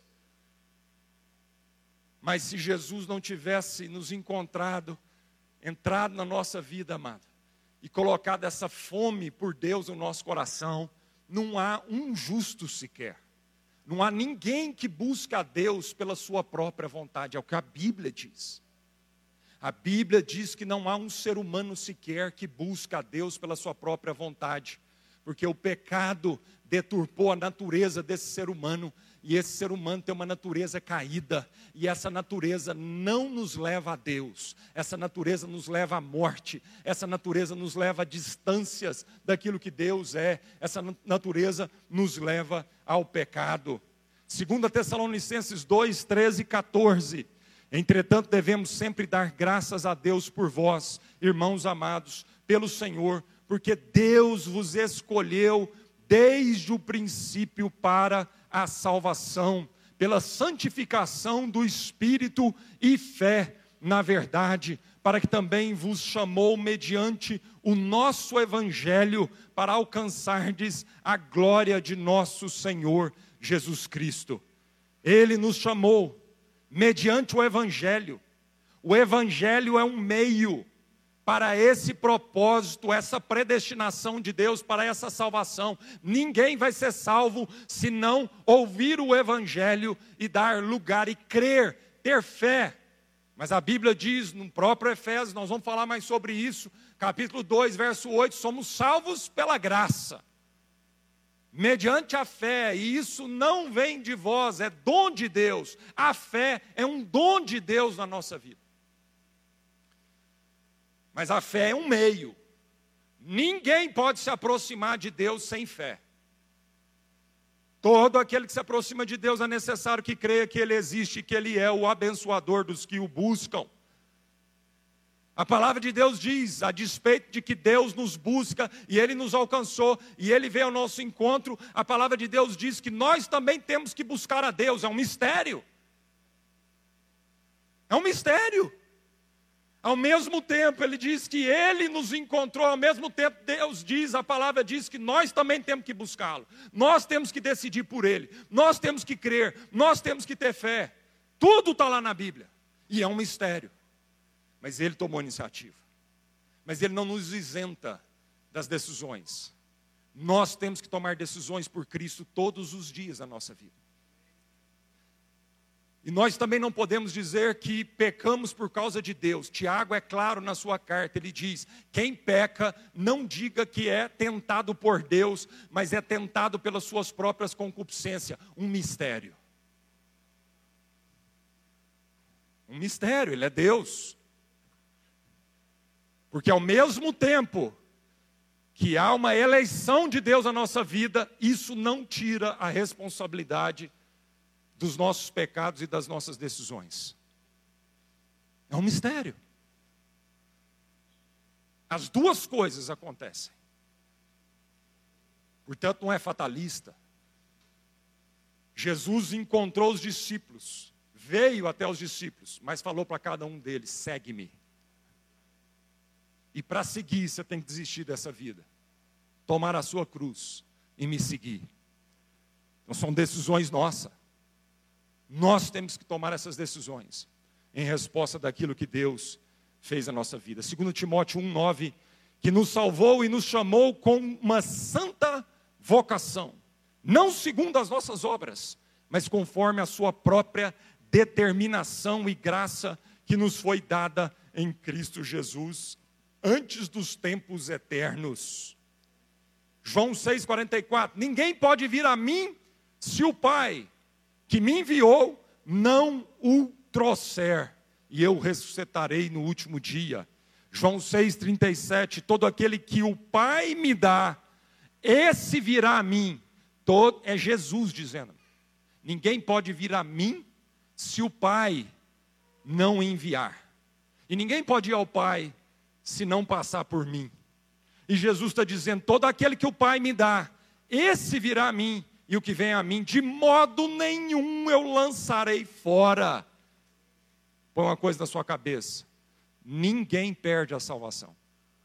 Mas se Jesus não tivesse nos encontrado, entrado na nossa vida, amado, e colocado essa fome por Deus no nosso coração, não há um justo sequer. Não há ninguém que busque a Deus pela sua própria vontade, é o que a Bíblia diz. A Bíblia diz que não há um ser humano sequer que busca a Deus pela sua própria vontade. porque o pecado deturpou a natureza desse ser humano, e esse ser humano tem uma natureza caída, e essa natureza não nos leva a Deus, essa natureza nos leva à morte, essa natureza nos leva a distâncias daquilo que Deus é, essa natureza nos leva ao pecado. 2 Tessalonicenses 2, 13 e 14, entretanto devemos sempre dar graças a Deus por vós, irmãos amados, pelo Senhor, porque Deus vos escolheu desde o princípio para a salvação, pela santificação do Espírito e fé na verdade, para que também vos chamou mediante o nosso Evangelho, para alcançardes a glória de nosso Senhor Jesus Cristo. Ele nos chamou mediante o Evangelho. O Evangelho é um meio para esse propósito, essa predestinação de Deus para essa salvação. Ninguém vai ser salvo se não ouvir o Evangelho e dar lugar e crer, ter fé. Mas a Bíblia diz, no próprio Efésios, nós vamos falar mais sobre isso, capítulo 2, verso 8, somos salvos pela graça, mediante a fé, e isso não vem de vós, é dom de Deus. A fé é um dom de Deus na nossa vida. Mas a fé é um meio. Ninguém pode se aproximar de Deus sem fé. Todo aquele que se aproxima de Deus é necessário que creia que Ele existe, que Ele é o abençoador dos que o buscam. A palavra de Deus diz, a despeito de que Deus nos busca, e Ele nos alcançou, e Ele veio ao nosso encontro, a palavra de Deus diz que nós também temos que buscar a Deus. É um mistério. É um mistério. Ao mesmo tempo, ele diz que ele nos encontrou, ao mesmo tempo, Deus diz, a palavra diz que nós também temos que buscá-lo. Nós temos que decidir por ele, nós temos que crer, nós temos que ter fé. Tudo está lá na Bíblia, e é um mistério. Mas ele tomou a iniciativa. Mas ele não nos isenta das decisões. Nós temos que tomar decisões por Cristo todos os dias da nossa vida. E nós também não podemos dizer que pecamos por causa de Deus. Tiago é claro na sua carta, ele diz, quem peca não diga que é tentado por Deus, mas é tentado pelas suas próprias concupiscências. Um mistério. Um mistério, ele é Deus. Porque ao mesmo tempo que há uma eleição de Deus na nossa vida, isso não tira a responsabilidade dos nossos pecados e das nossas decisões. É um mistério. As duas coisas acontecem. Portanto, não é fatalista. Jesus encontrou os discípulos, veio até os discípulos, mas falou para cada um deles, segue-me. E para seguir, você tem que desistir dessa vida. Tomar a sua cruz e me seguir. Então são decisões nossas. Nós temos que tomar essas decisões em resposta daquilo que Deus fez na nossa vida. 2 Timóteo 1,9, que nos salvou e nos chamou com uma santa vocação, não segundo as nossas obras, mas conforme a sua própria determinação e graça que nos foi dada em Cristo Jesus, antes dos tempos eternos. João 6,44, ninguém pode vir a mim se o Pai que me enviou não o trouxer, e eu ressuscitarei no último dia. João 6,37, todo aquele que o Pai me dá, esse virá a mim. É Jesus dizendo, ninguém pode vir a mim se o Pai não enviar, e ninguém pode ir ao Pai se não passar por mim. E Jesus está dizendo, todo aquele que o Pai me dá, esse virá a mim, e o que vem a mim, de modo nenhum eu lançarei fora. Põe uma coisa na sua cabeça, ninguém perde a salvação.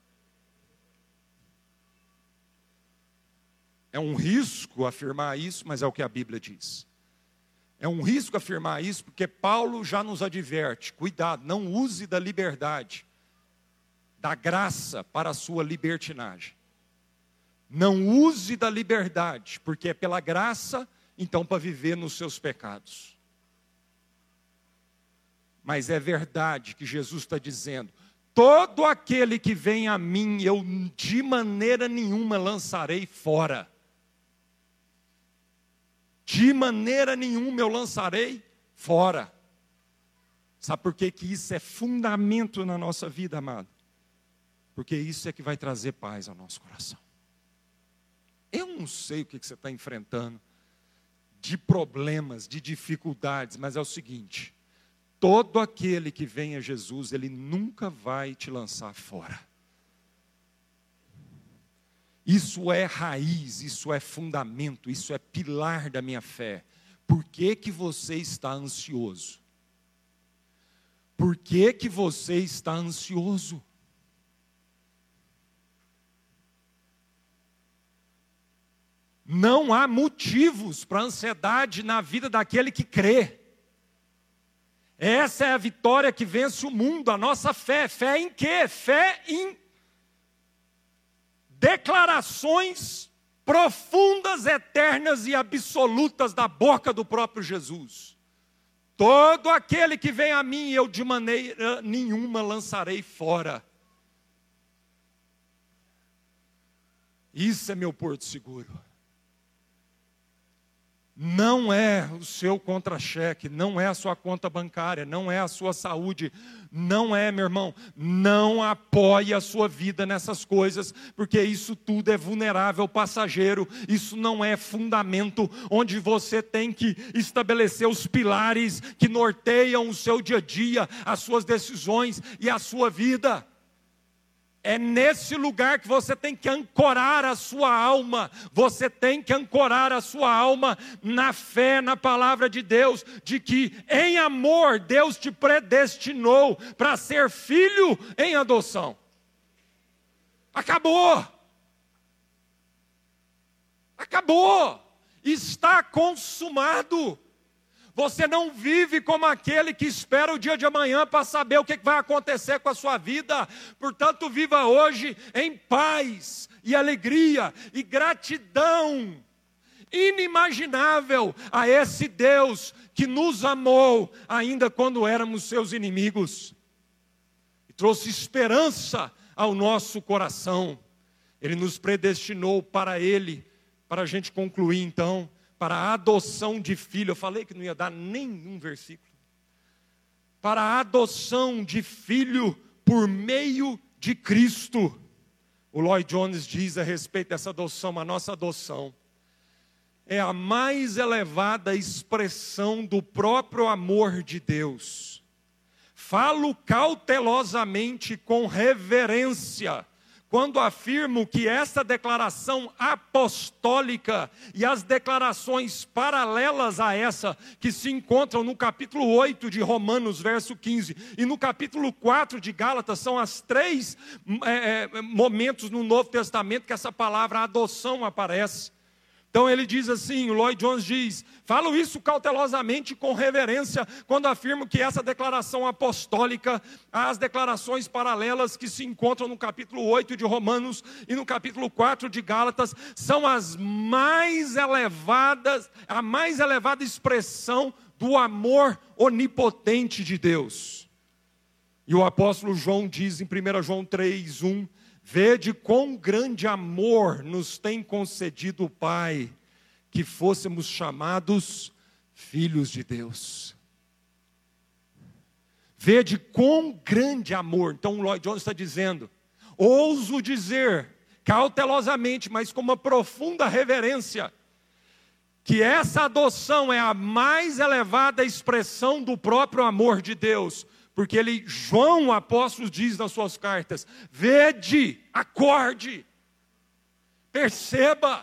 É um risco afirmar isso, mas é o que a Bíblia diz. É um risco afirmar isso, porque Paulo já nos adverte, cuidado, não use da liberdade, da graça para a sua libertinagem. Não use da liberdade, porque é pela graça, então para viver nos seus pecados. Mas é verdade que Jesus está dizendo, todo aquele que vem a mim, eu de maneira nenhuma lançarei fora. De maneira nenhuma eu lançarei fora. Sabe por que isso é fundamento na nossa vida, amado? Porque isso é que vai trazer paz ao nosso coração. Eu não sei o que você está enfrentando, de problemas, de dificuldades, mas é o seguinte: todo aquele que vem a Jesus, Ele nunca vai te lançar fora. Isso é raiz, isso é fundamento, isso é pilar da minha fé. Por que que você está ansioso? Por que que você está ansioso? Não há motivos para ansiedade na vida daquele que crê. Essa é a vitória que vence o mundo, a nossa fé. Fé em quê? Fé em declarações profundas, eternas e absolutas da boca do próprio Jesus. Todo aquele que vem a mim, eu de maneira nenhuma lançarei fora. Isso é meu porto seguro. Não é o seu contra-cheque, não é a sua conta bancária, não é a sua saúde, não é, meu irmão, não apoie a sua vida nessas coisas, porque isso tudo é vulnerável, passageiro, isso não é fundamento onde você tem que estabelecer os pilares que norteiam o seu dia a dia, as suas decisões e a sua vida. É nesse lugar que você tem que ancorar a sua alma. Você tem que ancorar a sua alma na fé, na palavra de Deus, de que em amor Deus te predestinou para ser filho em adoção. Acabou. Acabou. Está consumado. Você não vive como aquele que espera o dia de amanhã para saber o que vai acontecer com a sua vida. Portanto, viva hoje em paz e alegria e gratidão inimaginável a esse Deus que nos amou ainda quando éramos seus inimigos. E trouxe esperança ao nosso coração. Ele nos predestinou para Ele, para a gente concluir então, para a adoção de filho. Eu falei que não ia dar nenhum versículo. Para a adoção de filho por meio de Cristo. O Lloyd Jones diz a respeito dessa adoção: a nossa adoção é a mais elevada expressão do próprio amor de Deus. Falo cautelosamente, com reverência, quando afirmo que essa declaração apostólica e as declarações paralelas a essa, que se encontram no capítulo 8 de Romanos, verso 15, e no capítulo 4 de Gálatas, são as três momentos no Novo Testamento que essa palavra adoção aparece. Então ele diz assim, o Lloyd Jones diz: falo isso cautelosamente com reverência quando afirmo que essa declaração apostólica, as declarações paralelas que se encontram no capítulo 8 de Romanos e no capítulo 4 de Gálatas, são as mais elevadas, a mais elevada expressão do amor onipotente de Deus. E o apóstolo João diz em 1 João 3:1, vede quão grande amor nos tem concedido o Pai, que fôssemos chamados filhos de Deus. Vede quão grande amor. Então o Lloyd Jones está dizendo, ouso dizer, cautelosamente, mas com uma profunda reverência, que essa adoção é a mais elevada expressão do próprio amor de Deus. Porque João, o apóstolo, diz nas suas cartas, vede, acorde, perceba,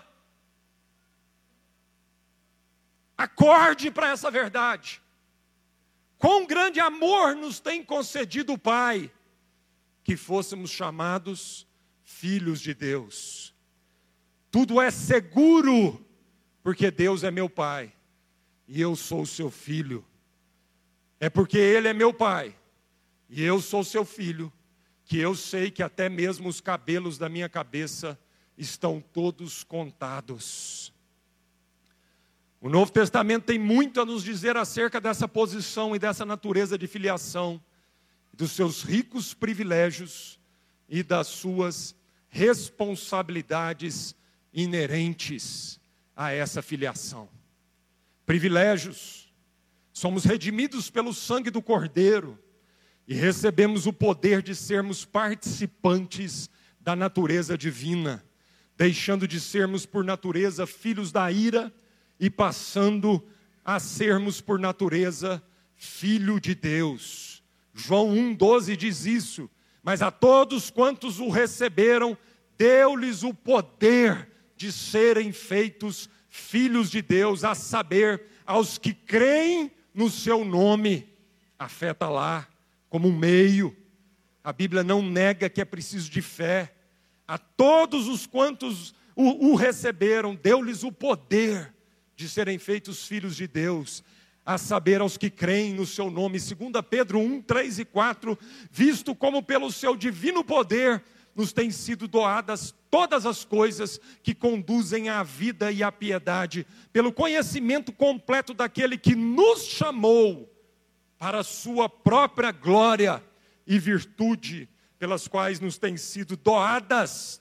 acorde para essa verdade. Quão grande amor nos tem concedido o Pai, que fôssemos chamados filhos de Deus. Tudo é seguro, porque Deus é meu Pai, e eu sou o seu filho. É porque Ele é meu Pai, e eu sou seu filho, que eu sei que até mesmo os cabelos da minha cabeça estão todos contados. O Novo Testamento tem muito a nos dizer acerca dessa posição e dessa natureza de filiação. dos seus ricos privilégios e das suas responsabilidades inerentes a essa filiação. Privilégios. Somos redimidos pelo sangue do Cordeiro e recebemos o poder de sermos participantes da natureza divina, deixando de sermos por natureza filhos da ira e passando a sermos por natureza filho de Deus. João 1,12 diz isso: mas a todos quantos o receberam, deu-lhes o poder de serem feitos filhos de Deus, a saber, aos que creem no seu nome. A fé está lá como um meio. A Bíblia não nega que é preciso de fé. A todos os quantos o receberam, deu-lhes o poder de serem feitos filhos de Deus, a saber, aos que creem no seu nome. 2 Pedro 1, 3 e 4, visto como pelo seu divino poder nos têm sido doadas todas as coisas que conduzem à vida e à piedade, pelo conhecimento completo daquele que nos chamou para a sua própria glória e virtude, pelas quais nos têm sido doadas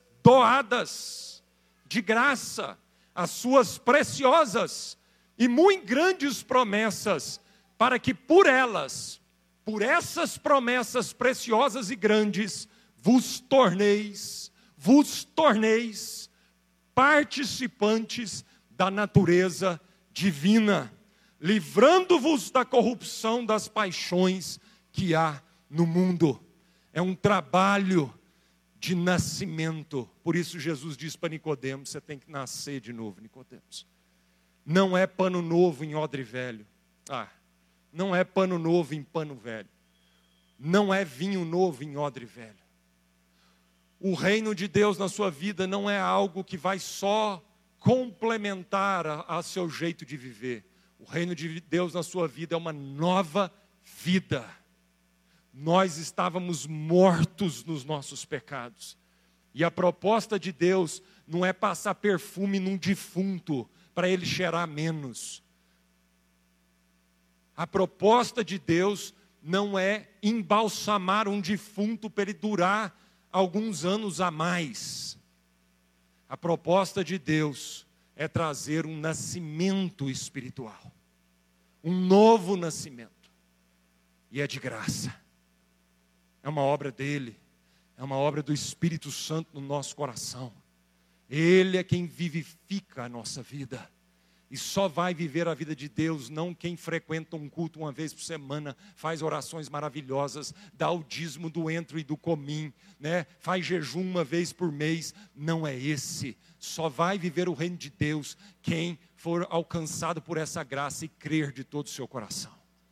de graça as suas preciosas e muito grandes promessas, para que por elas, por essas promessas preciosas e grandes, vos torneis participantes da natureza divina, livrando-vos da corrupção das paixões que há no mundo. É um trabalho de nascimento. Por isso Jesus diz para Nicodemos: você tem que nascer de novo, Nicodemos. Não é pano novo em odre velho. Não é pano novo em pano velho. Não é vinho novo em odre velho. O reino de Deus na sua vida não é algo que vai só complementar a seu jeito de viver. O reino de Deus na sua vida é uma nova vida. Nós estávamos mortos nos nossos pecados. E a proposta de Deus não é passar perfume num defunto para ele cheirar menos. A proposta de Deus não é embalsamar um defunto para ele durar alguns anos a mais. A proposta de Deus é trazer um nascimento espiritual, um novo nascimento, e é de graça. É uma obra dele, é uma obra do Espírito Santo no nosso coração. Ele é quem vivifica a nossa vida. E só vai viver a vida de Deus não quem frequenta um culto uma vez por semana, faz orações maravilhosas, dá o dízimo do entro e do comim, né? Faz jejum uma vez por mês. Não é esse. Só vai viver o reino de Deus quem for alcançado por essa graça e crer de todo o seu coração.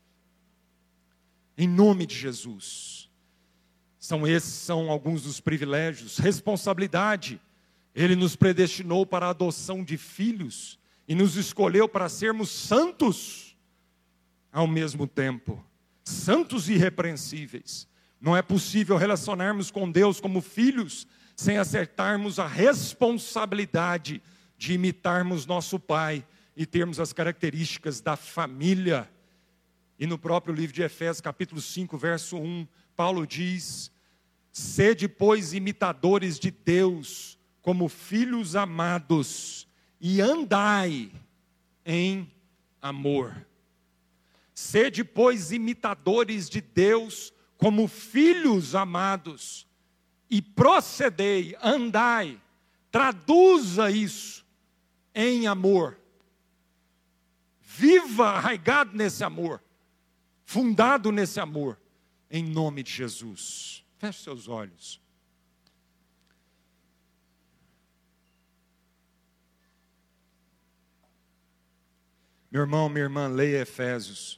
Em nome de Jesus. Esses são alguns dos privilégios. Responsabilidade. Ele nos predestinou para a adoção de filhos e nos escolheu para sermos santos ao mesmo tempo. Santos e irrepreensíveis. Não é possível relacionarmos com Deus como filhos sem acertarmos a responsabilidade de imitarmos nosso Pai e termos as características da família. E no próprio livro de Efésios, capítulo 5, verso 1, Paulo diz: sede, pois, imitadores de Deus, como filhos amados, e andai em amor. Sede, pois, imitadores de Deus, como filhos amados, e procedei, andai, traduza isso em amor. Viva arraigado nesse amor, fundado nesse amor, em nome de Jesus. Feche seus olhos. Meu irmão, minha irmã, leia Efésios.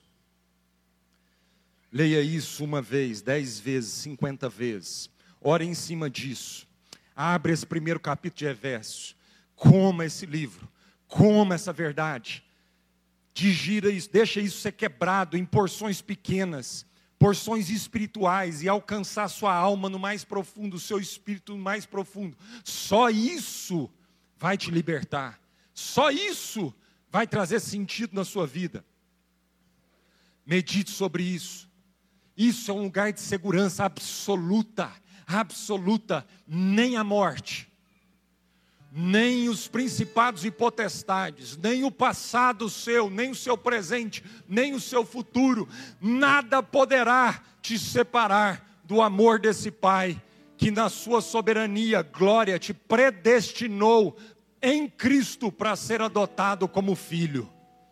Leia isso uma vez, 10 vezes, 50 vezes. Ore em cima disso. Abre esse primeiro capítulo de Efésios. Coma esse livro. Coma essa verdade. Digira isso, deixa isso ser quebrado em porções pequenas, porções espirituais, e alcançar sua alma no mais profundo, o seu espírito no mais profundo. Só isso vai te libertar. Só isso vai trazer sentido na sua vida. Medite sobre isso. Isso é um lugar de segurança absoluta, absoluta. Nem a morte, nem os principados e potestades, nem o passado seu, nem o seu presente, nem o seu futuro, nada poderá te separar do amor desse Pai, que na sua soberania, glória, te predestinou em Cristo para ser adotado como filho.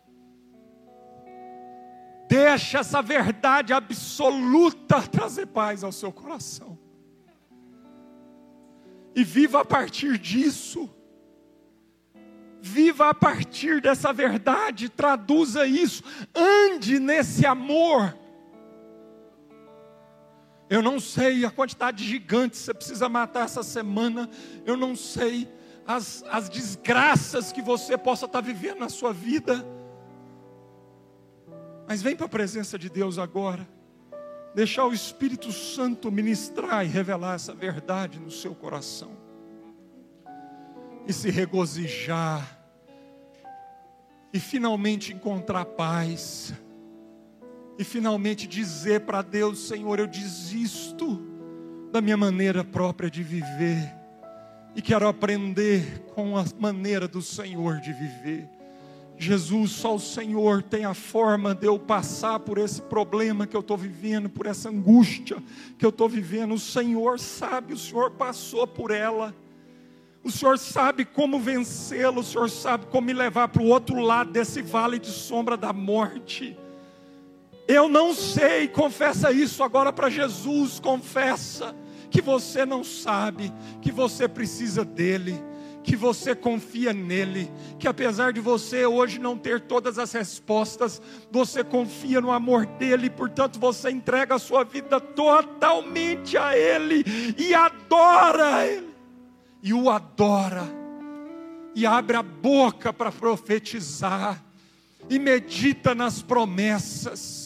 Deixa essa verdade absoluta trazer paz ao seu coração. E viva a partir disso. Viva a partir dessa verdade, traduza isso, ande nesse amor. Eu não sei a quantidade de gigantes que você precisa matar essa semana, eu não sei as desgraças que você possa estar vivendo na sua vida, mas vem para a presença de Deus agora, deixar o Espírito Santo ministrar e revelar essa verdade no seu coração, e se regozijar, e finalmente encontrar paz, e finalmente dizer para Deus: Senhor, eu desisto da minha maneira própria de viver, e quero aprender com a maneira do Senhor de viver. Jesus, só o Senhor tem a forma de eu passar por esse problema que eu estou vivendo, por essa angústia que eu estou vivendo. O Senhor sabe, o Senhor passou por ela. O Senhor sabe como vencê-lo, o Senhor sabe como me levar para o outro lado desse vale de sombra da morte. Eu não sei, confessa isso agora para Jesus, confessa que você não sabe, que você precisa dEle, que você confia nele, que apesar de você hoje não ter todas as respostas, você confia no amor dele, portanto você entrega a sua vida totalmente a ele, e adora ele, e o adora, e abre a boca para profetizar, e medita nas promessas.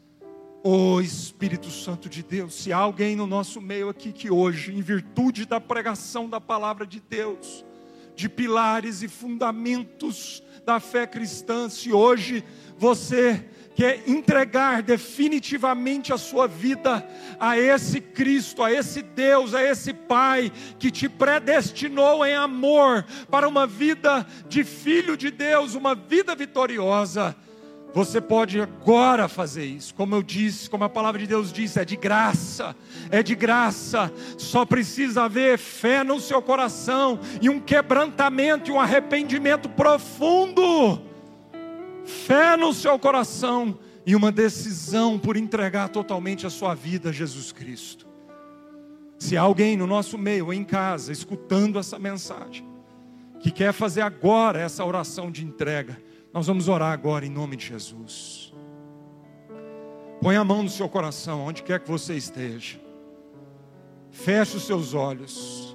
Oh Espírito Santo de Deus, se há alguém no nosso meio aqui que hoje, em virtude da pregação da palavra de Deus, de pilares e fundamentos da fé cristã, se hoje você quer entregar definitivamente a sua vida a esse Cristo, a esse Deus, a esse Pai, que te predestinou em amor para uma vida de filho de Deus, uma vida vitoriosa, você pode agora fazer isso. Como eu disse, como a palavra de Deus diz, é de graça, só precisa haver fé no seu coração, e um quebrantamento e um arrependimento profundo, fé no seu coração, e uma decisão por entregar totalmente a sua vida a Jesus Cristo. Se há alguém no nosso meio, em casa, escutando essa mensagem, que quer fazer agora essa oração de entrega, nós vamos orar agora em nome de Jesus. Põe a mão no seu coração, onde quer que você esteja. Feche os seus olhos.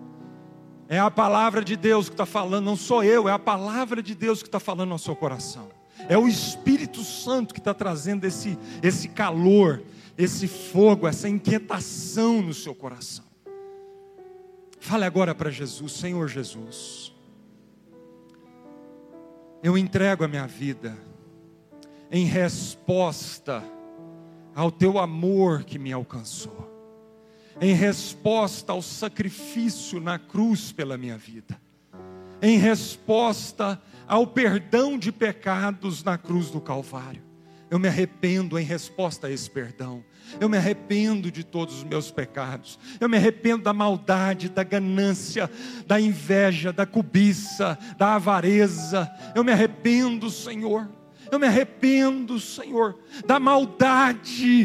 É a palavra de Deus que está falando, não sou eu, é a palavra de Deus que está falando ao seu coração. É o Espírito Santo que está trazendo esse calor, esse fogo, essa inquietação no seu coração. Fale agora para Jesus: Senhor Jesus, eu entrego a minha vida em resposta ao teu amor que me alcançou, em resposta ao sacrifício na cruz pela minha vida, em resposta ao perdão de pecados na cruz do Calvário. Eu me arrependo em resposta a esse perdão. Eu me arrependo de todos os meus pecados. Eu me arrependo da maldade, da ganância, da inveja, da cobiça, da avareza. Eu me arrependo, Senhor. Eu me arrependo, Senhor, da maldade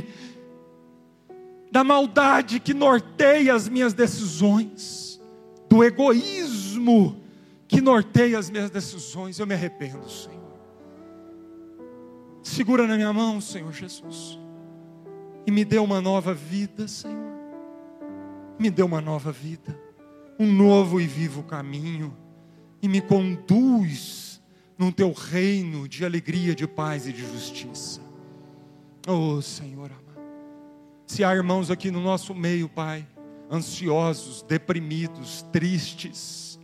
que norteia as minhas decisões, do egoísmo que norteia as minhas decisões. Eu me arrependo, Senhor. Segura na minha mão, Senhor Jesus, e me dê uma nova vida, Senhor. Me dê uma nova vida, um novo e vivo caminho, e me conduz no teu reino de alegria, de paz e de justiça. Oh Senhor amado, se há irmãos aqui no nosso meio, Pai, ansiosos, deprimidos, tristes,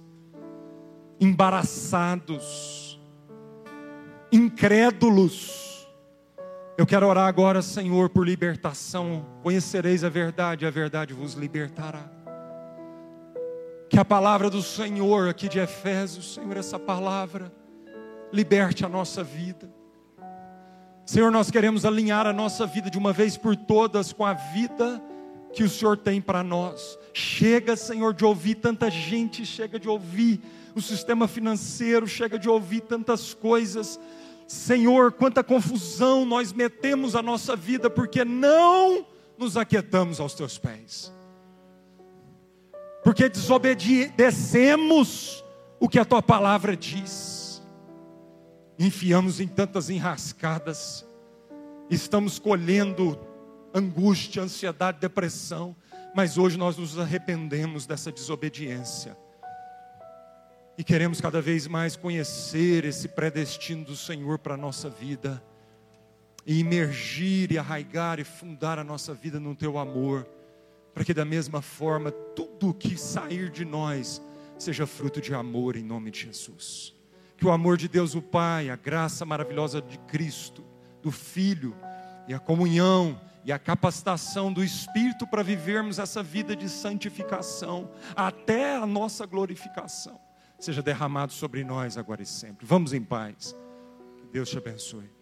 embaraçados, incrédulos, Eu quero orar agora, Senhor, por libertação. Conhecereis a verdade vos libertará. Que a palavra do Senhor aqui de Efésios, Senhor, essa palavra liberte a nossa vida. Senhor, nós queremos alinhar a nossa vida de uma vez por todas com a vida que o Senhor tem para nós. Chega, Senhor, de ouvir tanta gente, chega de ouvir o sistema financeiro, chega de ouvir tantas coisas. Senhor, quanta confusão nós metemos a nossa vida, porque não nos aquietamos aos teus pés. Porque desobedecemos o que a tua palavra diz. Enfiamos em tantas enrascadas. Estamos colhendo angústia, ansiedade, depressão. Mas hoje nós nos arrependemos dessa desobediência. E queremos cada vez mais conhecer esse predestino do Senhor para a nossa vida. E imergir, e arraigar, e fundar a nossa vida no teu amor. Para que da mesma forma, tudo que sair de nós, seja fruto de amor em nome de Jesus. Que o amor de Deus o Pai, a graça maravilhosa de Cristo, do Filho, e a comunhão, e a capacitação do Espírito para vivermos essa vida de santificação, até a nossa glorificação, seja derramado sobre nós agora e sempre. Vamos em paz. Que Deus te abençoe.